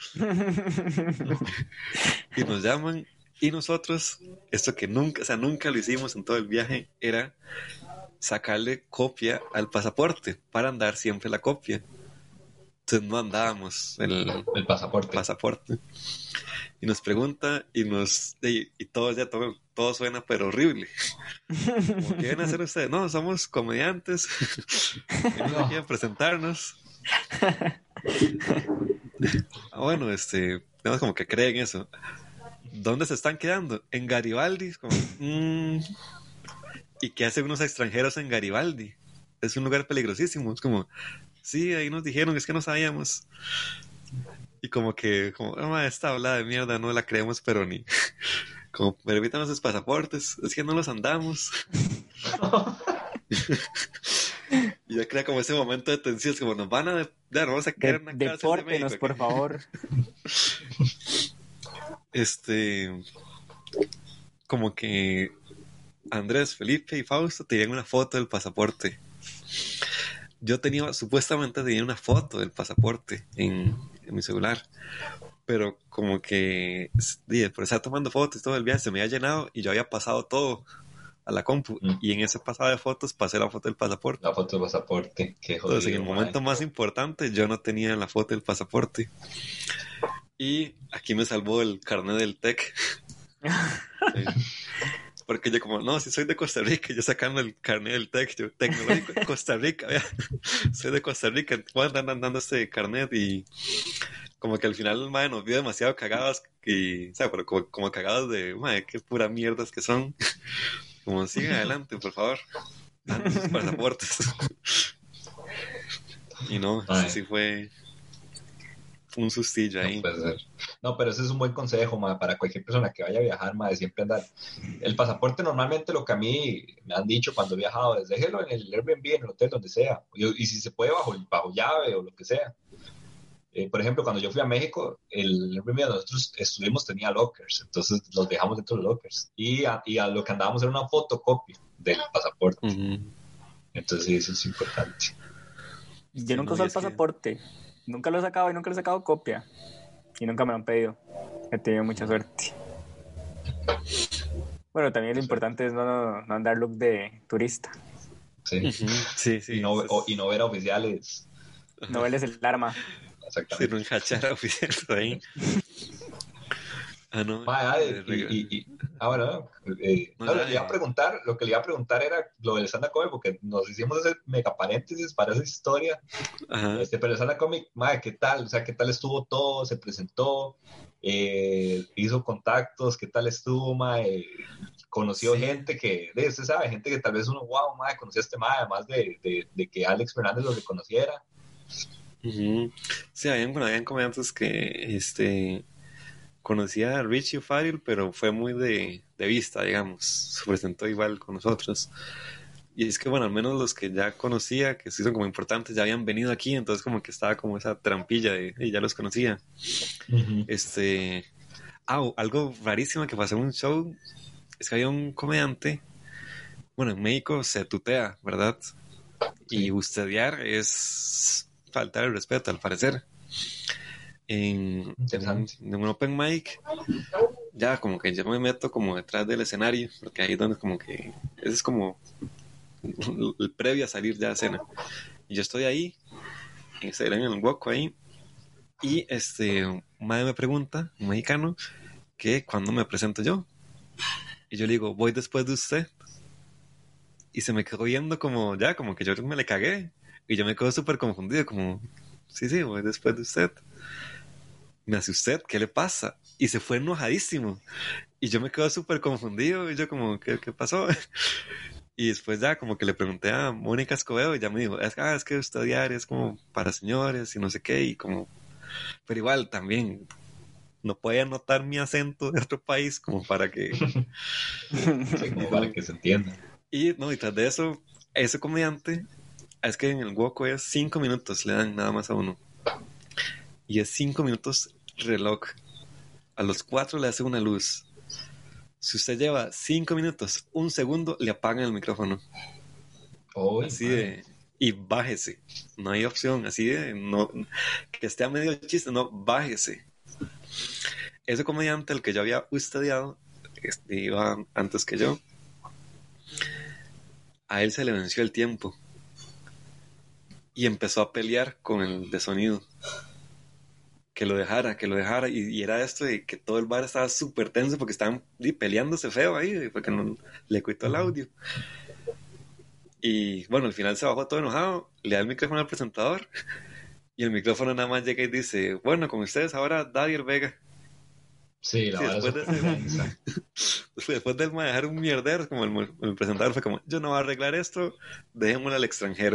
Y nos llaman y nosotros, esto que nunca, o sea, nunca lo hicimos en todo el viaje, era sacarle copia al pasaporte para andar siempre la copia. Entonces no andábamos el El pasaporte. pasaporte. Y nos pregunta y nos y, y todo ya todo, todo suena pero horrible. Como, ¿qué vienen a hacer ustedes? No, somos comediantes. Venimos aquí a presentarnos. Ah, bueno, este, tenemos como que creen eso. ¿Dónde se están quedando? En Garibaldi. Como, mm, ¿y qué hacen unos extranjeros en Garibaldi? Es un lugar peligrosísimo. Es como, sí, ahí nos dijeron, es que no sabíamos. Y como que, como, oh, ma, esta hablada de mierda no la creemos, pero ni. Como, permítanos sus pasaportes, es que no los andamos. Y ya crea como ese momento de tensión, es como, nos van a, de, ya, nos vamos a quedar De- en una cárcel de depórtenos, México por aquí. favor. Este, como que Andrés, Felipe y Fausto tenían una foto del pasaporte. Yo tenía, supuestamente tenía una foto del pasaporte en, en mi celular, pero como que dije, por estar tomando fotos y todo el viaje se me había llenado y yo había pasado todo a la compu. Mm. Y en ese pasado de fotos pasé la foto del pasaporte. La foto del pasaporte, qué jodido. Entonces, en el momento más importante, yo no tenía la foto del pasaporte. Y aquí me salvó el carnet del T E C. Sí. Porque yo como, no, si soy de Costa Rica, yo sacando el carnet del T E C, yo, tecnológico de Costa Rica, vea. Soy de Costa Rica, voy a andar dando este carnet y como que al final, madre, nos vio demasiado cagados y, o sea, pero como, como cagados de, madre, qué pura mierdas que son. Como, sigan adelante, por favor. Dan sus pasaportes. Y no, así fue un sustillo ahí. No puede ser. No, pero ese es un buen consejo, ma, para cualquier persona que vaya a viajar, ma, de siempre andar. El pasaporte normalmente lo que a mí me han dicho cuando he viajado es déjelo en el Airbnb, en el hotel, donde sea. Y, y si se puede bajo, bajo llave o lo que sea. Eh, por ejemplo, cuando yo fui a México, el Airbnb donde nosotros estuvimos tenía lockers, entonces los dejamos dentro de los lockers. Y a, y a lo que andábamos era una fotocopia del pasaporte. Uh-huh. Entonces sí, eso es importante. Yo Sí, nunca no, uso y el es que- pasaporte. Nunca lo he sacado y nunca le he sacado copia. Y nunca me lo han pedido. He tenido mucha suerte. Bueno, también lo importante es no, no andar look de turista. Sí. Ujú. Sí, sí. Y, no, eso o- es- y no ver a oficiales. No verles el arma. Exactamente. Ser un hachara oficial ahí. Ah, no. Ma, ah, eh, y, y, y, ah, bueno, eh, No, no, ya, lo que le iba a eh. preguntar, lo que le iba a preguntar era lo del stand-up comedy, porque nos hicimos ese mega paréntesis para esa historia. Ajá. Este, pero el stand-up comedy, ma, ¿qué tal? O sea, ¿qué tal estuvo todo? ¿Se presentó? Eh, ¿hizo contactos? ¿Qué tal estuvo, ma? Eh, conoció Sí. gente que, de usted sabe, gente que tal vez uno, wow, ma, conoció a este ma, además de, de, de que Alex Fernández lo reconociera. Ujú. Sí, habían, bueno, habían comediantes que este, conocía a Richie O'Farrell, pero fue muy de, de vista, digamos. Se presentó igual con nosotros. Y es que, bueno, al menos los que ya conocía, que sí son como importantes, ya habían venido aquí, entonces como que estaba como esa trampilla de, y ya los conocía. Este, ah, algo rarísimo que pasó en un show es que había un comediante, bueno, en México se tutea, ¿verdad? Y Sí. bustedear es faltar el respeto, al parecer. En, en, un, Interesante. en un open mic, ya como que yo me meto como detrás del escenario, porque ahí es donde como que, ese es como el previo a salir ya a escena. Y yo estoy ahí, en el hueco ahí, y este, un madre me pregunta, un mexicano, que cuándo me presento yo. Y yo le digo, voy después de usted. Y se me quedó viendo como, ya, como que yo me le cagué. Y yo me quedo súper confundido, como, sí, sí, voy después de usted. Me hace usted, ¿qué le pasa? Y se fue enojadísimo. Y yo me quedo súper confundido. Y yo como, ¿qué, qué pasó? Y después ya como que le pregunté a Mónica Escobedo y ya me dijo, es, ah, es que estudiar es como para señores y no sé qué. Y como, pero igual también no podía notar mi acento de otro país como para que... Sí, como para que se entienda. Y no, y tras de eso, ese comediante, es que en el hueco es cinco minutos, le dan nada más a uno. Y es cinco minutos reloj. A los cuatro le hace una luz. Si usted lleva cinco minutos, un segundo, le apagan el micrófono. Uy, Así madre. de... Y bájese. No hay opción. Así de... No, que esté a medio chiste, no, bájese. Ese comediante, el que yo había estudiado, este, iba antes que yo. A él se le venció el tiempo. Y empezó a pelear con el de sonido. Que lo dejara, que lo dejara. Y, y era esto de que todo el bar estaba súper tenso porque estaban y, peleándose feo ahí, porque no, le quitó el audio. Y bueno, al final se bajó todo enojado, le da el micrófono al presentador y el micrófono nada más llega y dice, bueno, con ustedes ahora Dadier Vega. Sí, la Sí, verdad después es de- súper densa. Después de dejar un mierder, como el, el presentador fue como, yo no voy a arreglar esto, dejémoslo al extranjero.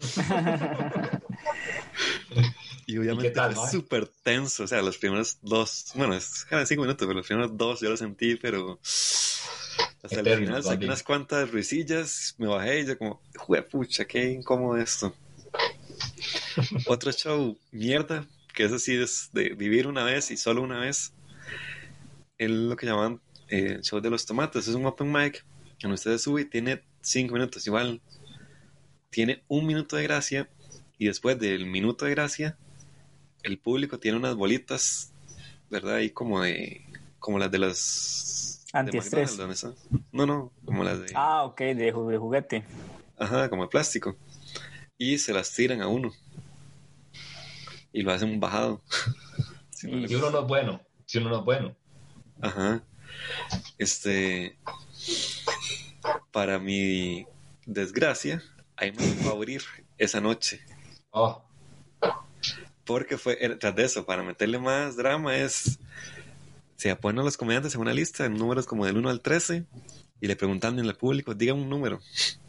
Y obviamente ¿Y qué tal, fue mae? súper tenso, o sea, los primeros dos, bueno, es cada cinco minutos, pero los primeros dos yo lo sentí, pero hasta el Eternos, final saqué Andy. unas cuantas risillas, me bajé y yo como, juepucha, qué incómodo esto. Otro show, mierda, que eso sí es de vivir una vez y solo una vez, es lo que llaman eh, el show de los tomates, es un open mic, que ustedes sube y tiene cinco minutos, igual, tiene un minuto de gracia, y después del minuto de gracia, el público tiene unas bolitas, ¿verdad? Ahí como de, como las de las Antiestrés. De McDonald's, ¿dónde está? No, no, como las de... Ah, ok, de, ju- de juguete. Ajá, como de plástico. Y se las tiran a uno. Y lo hacen un bajado. Si no le Si uno no es bueno, si uno no es bueno. Ajá. Este. Para mi desgracia, ahí me tocó abrir esa noche. Oh, Porque fue, era- tras de eso, para meterle más drama, es. Se ponen los comediantes en una lista, en números como del uno al trece, y le preguntan en el público, digan un número.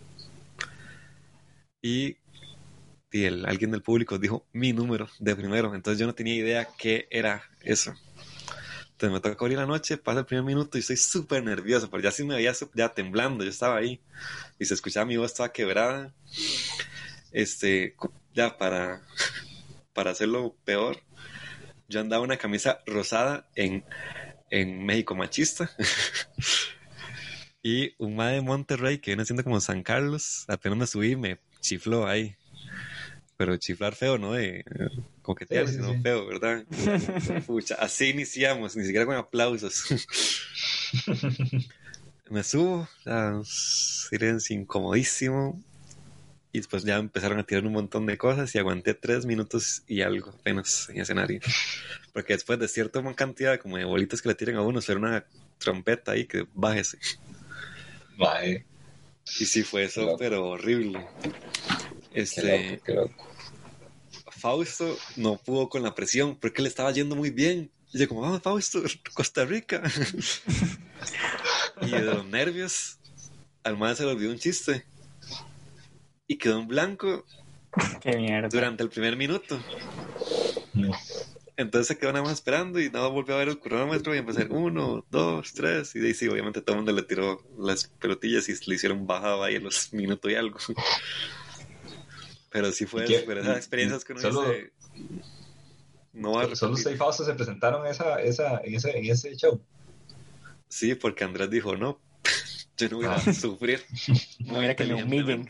Y, y el, alguien del público dijo mi número de primero. Entonces yo no tenía idea qué era eso. Entonces me toca abrir la noche, pasa el primer minuto y estoy súper nervioso, porque ya sí me veía su- ya temblando, yo estaba ahí y se escuchaba mi voz toda quebrada. Este, co- ya para, para hacerlo peor, yo andaba una camisa rosada en, en México machista y un mae de Monterrey que viene siendo como San Carlos, apenas me subí me chifló ahí. Pero chiflar feo, ¿no? De eh, coquetear, Sí, sí, sino sí. feo, ¿verdad? Pucha, así iniciamos, ni siquiera con aplausos. Me subo, o sea, silencio incomodísimo. Y después ya empezaron a tirar un montón de cosas y aguanté tres minutos y algo apenas en escenario. Porque después de cierta cantidad como de bolitas que le tiran a uno, suena una trompeta ahí que bájese. mae, Y sí fue eso, Loco. pero horrible. qué Este, loco, qué loco. Fausto no pudo con la presión porque le estaba yendo muy bien. Y yo como, vamos Fausto, Costa Rica. Y de los nervios, al man se le olvidó un chiste. Y quedó en blanco Qué mierda. durante el primer minuto. No. Entonces se quedó nada más esperando y nada, volvió a ver el cronómetro y empezó a hacer uno, dos, tres. Y de ahí sí, obviamente todo el mundo le tiró las pelotillas y le hicieron bajada ahí en los minutos y algo. Pero sí fue ¿Y qué? eso, pero esas ¿Y- experiencias que uno solo- dice, no va a Solo repetir. usted y Fausto se presentaron esa, esa, en, ese, en ese show. Sí, porque Andrés dijo, no, yo no voy a Ah. sufrir. No era que me humillen.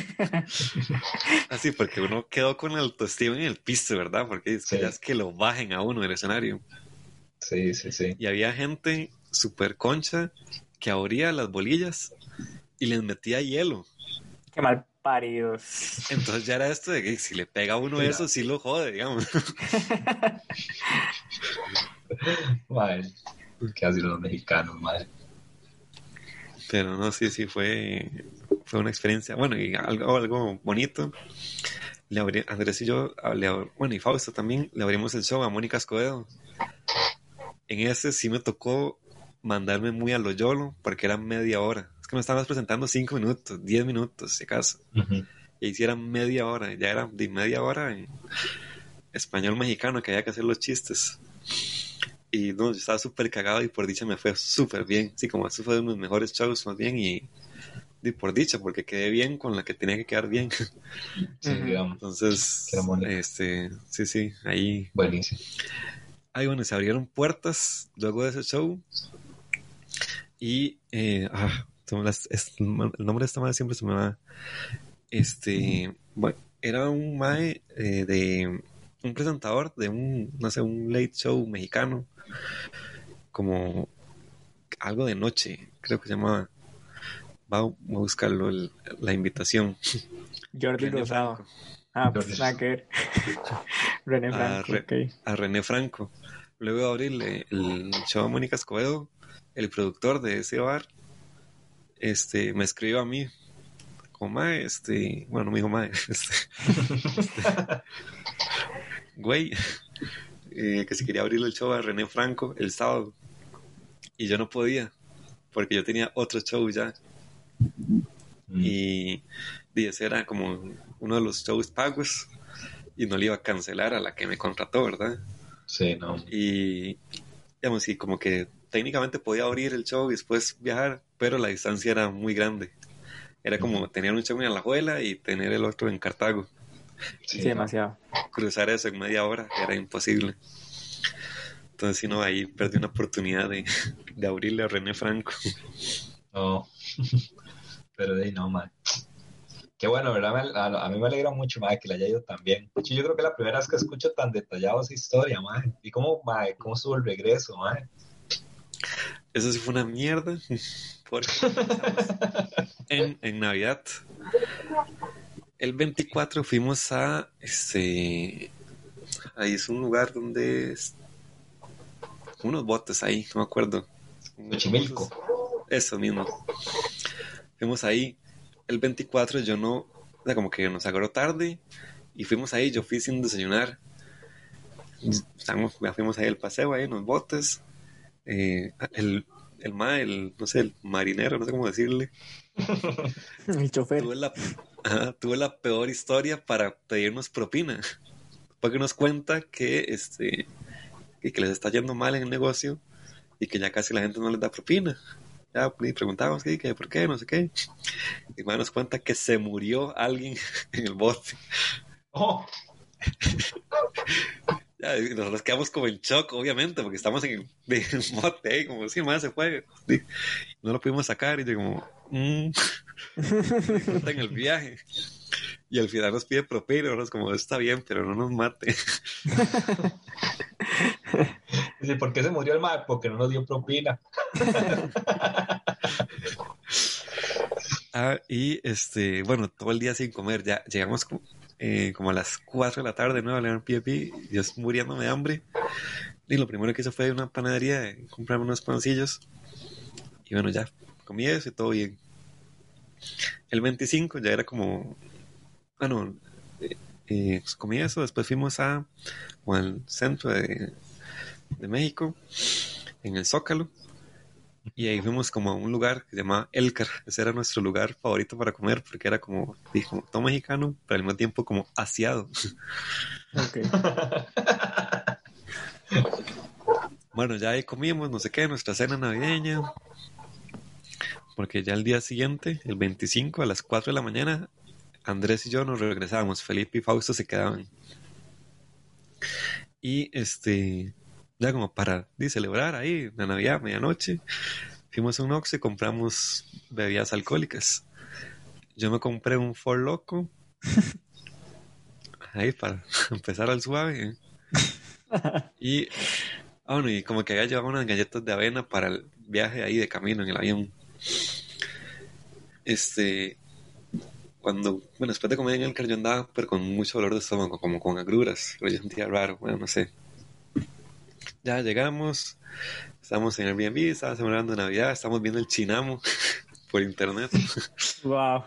Así, porque uno quedó con la autoestima en el piso, ¿verdad? Porque es que Sí. ya es que lo bajen a uno del escenario. Sí, sí, sí. Y había gente súper concha que abría las bolillas y les metía hielo. Qué mal paridos. Entonces ya era esto de que si le pega a uno Sí, eso, sí lo jode, digamos. Mae, ¿qué hacen los mexicanos, madre? Pero no, sí, sí, fue, fue una experiencia. Bueno, y algo, algo bonito. Le abrí- Andrés y yo, ah, le ab- bueno, y Fausto también, le abrimos el show a Mónica Escobedo. En ese sí me tocó mandarme muy a lo yolo, porque era media hora. Es que me estabas presentando cinco minutos, diez minutos, si acaso. Ujú. Y ahí sí era media hora, ya era de media hora en español mexicano que había que hacer los chistes. Y no, yo estaba súper cagado y por dicha me fue súper bien. Sí, como eso fue de uno de mis mejores shows más bien y, y por dicha, porque quedé bien con la que tenía que quedar bien. Sí, Ujú. digamos. Entonces, Qué Mónica. este, sí, sí, ahí, Buenísimo. ahí bueno, se abrieron puertas luego de ese show. Y, eh, ah, son las- es- el nombre de esta madre siempre se me va. Este, bueno, era un mae eh, de un presentador de un, no sé, un late show mexicano, como algo de noche, creo que se llamaba. Va a buscarlo, el- la invitación. Jordi René Rosado. Franco. Ah, Jordi. pues nada que ver. René Ah, Franco, Re- ok. A René Franco. Luego de abrirle el show a Mónica Escobedo, el productor de ese bar, este, me escribió a mí, como mae, este, bueno, no me dijo mae, este, este, güey, eh, que si quería abrirle el show a René Franco el sábado, y yo no podía, porque yo tenía otro show ya, Mm. y, y ese era como uno de los shows pagos, y no le iba a cancelar a la que me contrató, ¿verdad? Sí, no. Y, digamos, y como que técnicamente podía abrir el show y después viajar, pero la distancia era muy grande. Era como tener un show en Alajuela y tener el otro en Cartago. Sí, Sí, no. demasiado. Cruzar eso en media hora era imposible. Entonces, si no, ahí perdí una oportunidad de, de abrirle a René Franco. No. Pero de ahí no, man. Qué bueno, ¿verdad? Me- A, a mí me alegra mucho, madre, que le haya ido tan bien. De hecho, yo creo que es la primera vez que escucho tan detallado esa historia, madre. ¿Y cómo, madre, cómo estuvo el regreso, madre? eso sí fue una mierda. Porque en, en Navidad, el veinticuatro fuimos a este, ahí es un lugar donde es, unos botes ahí, no me acuerdo. Xochimilco. Eso mismo. Fuimos ahí. El veinticuatro yo no, o sea, como que nos agarró tarde y fuimos ahí, yo fui sin desayunar. Estamos, ya fuimos ahí al paseo, ahí en los botes. Eh, el, el ma, el, no sé, el marinero, no sé cómo decirle. El chofer. Tuve la, ajá, tuve la peor historia para pedirnos propina. Porque nos cuenta que, este, que, que les está yendo mal en el negocio y que ya casi la gente no les da propina. Ya y preguntábamos ¿qué, qué, por qué, no sé qué. Y ma nos cuenta que se murió alguien en el bote. Oh. Ya, y nosotros quedamos como en shock, obviamente, porque estamos en el bote, ¿eh? Como si más se fue. Sí. No lo pudimos sacar y yo como, mmm, en el viaje. Y al final nos pide propina, nosotros como, está bien, pero no nos mate. Dice, ¿por qué se murió el mae? Porque no nos dio propina. Ah, y este, bueno, todo el día sin comer, ya llegamos como, eh, como a las cuatro de la tarde, ¿no? A leer P P, yo muriéndome de hambre. Y lo primero que hice fue ir a una panadería, eh, comprarme unos pancillos. Y bueno, ya comí eso y todo bien. El veinticinco ya era como, bueno, eh, eh, pues comí eso, después fuimos a, o al centro de, de México, en el Zócalo. Y ahí fuimos como a un lugar que se llamaba Elcar. Ese era nuestro lugar favorito para comer porque era como, dijo, todo mexicano, pero al mismo tiempo como asiado. Okay. Bueno, ya ahí comimos, no sé qué, nuestra cena navideña. Porque ya el día siguiente, el veinticinco, a las cuatro de la mañana, Andrés y yo nos regresábamos. Felipe y Fausto se quedaban. Y este... ya como para de celebrar ahí la Navidad, medianoche, fuimos a un Oxxo y compramos bebidas alcohólicas. Yo me compré un Four Loko ahí para empezar al suave. Y, ah, bueno, y como que había llevado unas galletas de avena para el viaje ahí de camino en el avión. Este, cuando, bueno, después de comer en el carro yo andaba, pero con mucho dolor de estómago, como con agruras, pero yo sentía raro, bueno, no sé. Ya llegamos, estamos en Airbnb, estamos celebrando Navidad, estamos viendo el Chinamo por internet. Wow.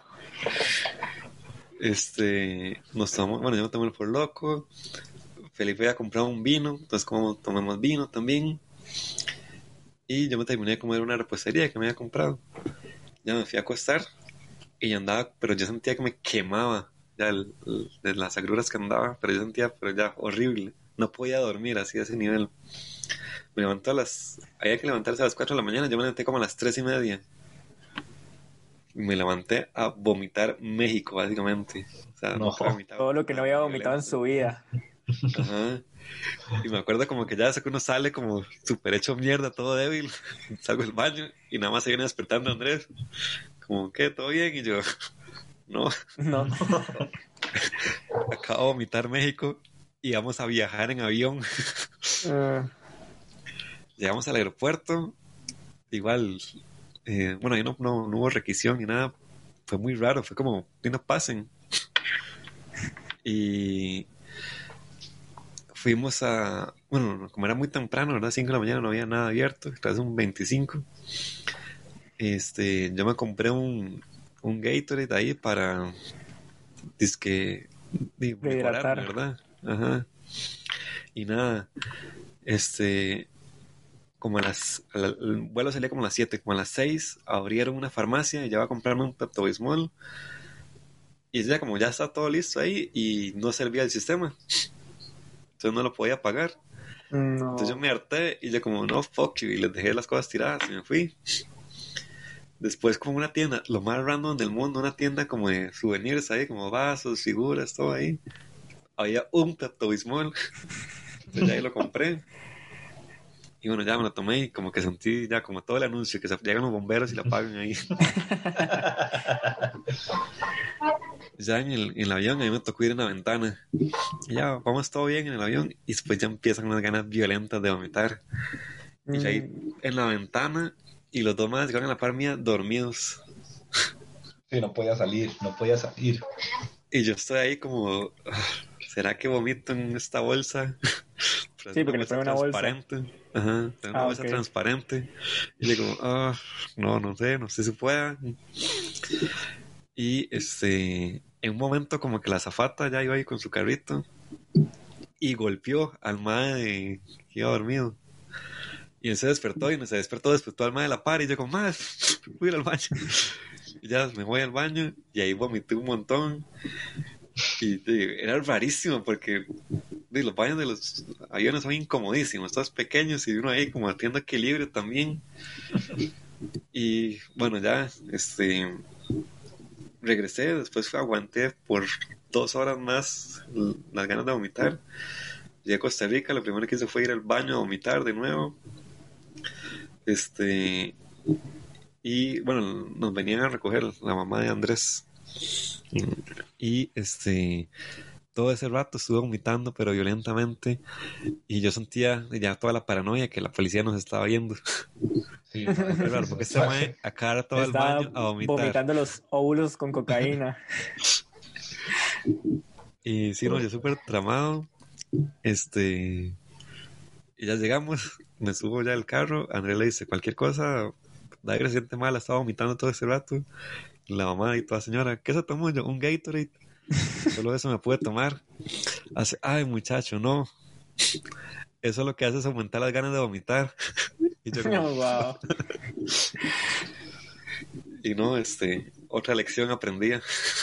Este, nos tomamos, bueno, yo me tomé el por loco. Felipe había comprado un vino, entonces como tomamos vino también. Y yo me terminé de comer una repostería que me había comprado. Ya me fui a acostar y ya andaba, pero yo sentía que me quemaba ya el, el, de las agruras que andaba, pero yo sentía, pero ya horrible. No podía dormir así a ese nivel. Me levantó a las... había que levantarse a las cuatro de la mañana. Yo me levanté como a las tres y media. Y me levanté a vomitar México, básicamente. O sea, No. vomitaba, Todo lo que no había vomitado en su vida. Ajá. Y me acuerdo como que ya sé que uno sale como súper hecho mierda, todo débil. Salgo del baño y nada más se viene despertando Andrés. Como, ¿qué? ¿Todo bien? Y yo, no. No. Acabo de vomitar México y vamos a viajar en avión. Uh, Llegamos al aeropuerto, igual, eh, bueno, ahí no, no, no hubo requisición ni nada, fue muy raro, fue como, que no pasen. Y fuimos a, bueno, como era muy temprano, ¿verdad? cinco de la mañana no había nada abierto, es un veinticinco. Este, yo me compré un, un Gatorade ahí para, dizque, de, mejorar, ¿verdad? Ajá. Y nada, este... como a las, a la, el vuelo salía como a las siete, como a las seis abrieron una farmacia y ya iba a comprarme un Pepto-Bismol y ya como ya está todo listo ahí y no servía el sistema, entonces no lo podía pagar. no. Entonces yo me harté y yo como no, fuck you, y les dejé las cosas tiradas y me fui. Después como una tienda, lo más random del mundo, una tienda como de souvenirs ahí, como vasos, figuras, todo ahí, había un Pepto-Bismol, entonces ya ahí lo compré. Y bueno, ya me lo tomé y como que sentí ya como todo el anuncio, que se llegan los bomberos y la apagan ahí. Ya en el, en el avión a mí me tocó ir en la ventana. Y ya, vamos todo bien en el avión. Y después ya empiezan unas ganas violentas de vomitar. Y ya ahí en la ventana y los dos más llegaron a la par mía dormidos. Sí, no podía salir, no podía salir. Y yo estoy ahí como, ¿será que vomito en esta bolsa? Pero Sí, porque le bolsa ponen una bolsa. transparente. Ajá, tengo una Ah, bolsa ok. transparente. Y yo como, ah, no, no sé, no sé si pueda. Y este, en un momento como que la azafata ya iba ahí con su carrito y golpeó al mae que iba dormido. Y él se despertó y se despertó, despertó al mae de la par y yo como, mae, voy a ir al baño. Y ya me voy al baño y ahí vomité un montón. Y te- era rarísimo porque de, los baños de los aviones son incomodísimos, todos pequeños y uno ahí como haciendo equilibrio también. Y bueno, ya este regresé, después aguanté por dos horas más l- las ganas de vomitar. Llegué a Costa Rica, lo primero que hice fue ir al baño a vomitar de nuevo. Este, y bueno, nos venían a recoger la mamá de Andrés. Y este, todo ese rato estuve vomitando, pero violentamente. Y yo sentía ya toda la paranoia que la policía nos estaba viendo. Sí, Qué raro, porque este mae a cada rato va al Estaba baño a vomitar. vomitando los óvulos con cocaína. Y sí, no, yo súper tramado. Este, y ya llegamos, me subo ya al carro. Andrés le dice cualquier cosa. David se siente mal, estaba vomitando todo ese rato. La mamá y toda señora, ¿qué se tomó yo? Un Gatorade. Solo eso me pude tomar. Hace, ay, muchacho, no. Eso lo que hace es aumentar las ganas de vomitar. Y yo como, Oh, wow. y no, este, otra lección aprendida.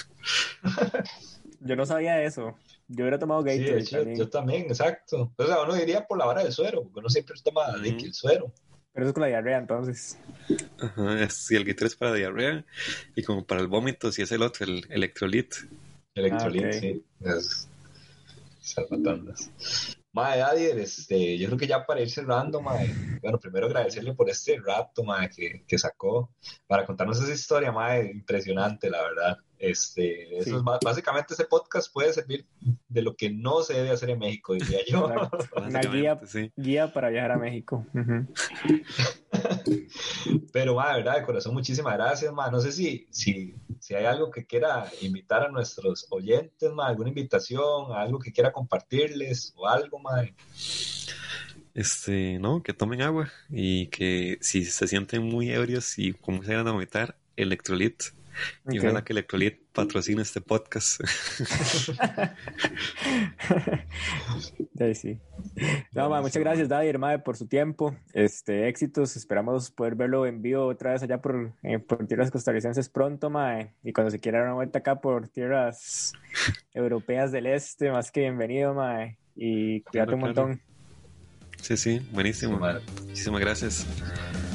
Yo no sabía eso. Yo hubiera tomado sí, de Gatorade hecho, también. yo también, exacto. O sea, uno diría por la vara del suero, porque uno siempre toma de que el suero. Pero eso es con la diarrea, entonces. Ajá, es, si el Gatorade es para diarrea y como para el vómito, si es el otro, el electrolit. Electrolit, Ah, ok. sí. Es salvatandas. Mae, Adier, este, yo creo que ya para ir cerrando, mae, bueno, primero agradecerle por este rato, mae, que, que sacó para contarnos esa historia, mae, impresionante, la verdad. Este, eso Sí. es ba- básicamente ese podcast puede servir de lo que no se debe hacer en México, diría yo. Exacto. Una guía, Básicamente, sí. guía para viajar a México. Ujú. Pero, mae, de verdad, de corazón, muchísimas gracias, mae. No sé si, si, si hay algo que quiera invitar a nuestros oyentes, mae, alguna invitación, algo que quiera compartirles o algo, mae. Este, no, que tomen agua y que si se sienten muy ebrios y con mucha ganas de vomitar, electrolit. Y Ok. ojalá que Electrolit patrocine este podcast. Sí, sí. No, ma, muchas gracias, David, mae, por su tiempo. Este, éxitos. Esperamos poder verlo en vivo otra vez allá por, eh, por tierras costarricenses pronto, mae. Y cuando se quiera dar una vuelta acá por tierras europeas del este, más que bienvenido, mae. Y cuídate Claro, un claro. montón. Sí, sí, buenísimo. Sí, mae. Muchísimas gracias.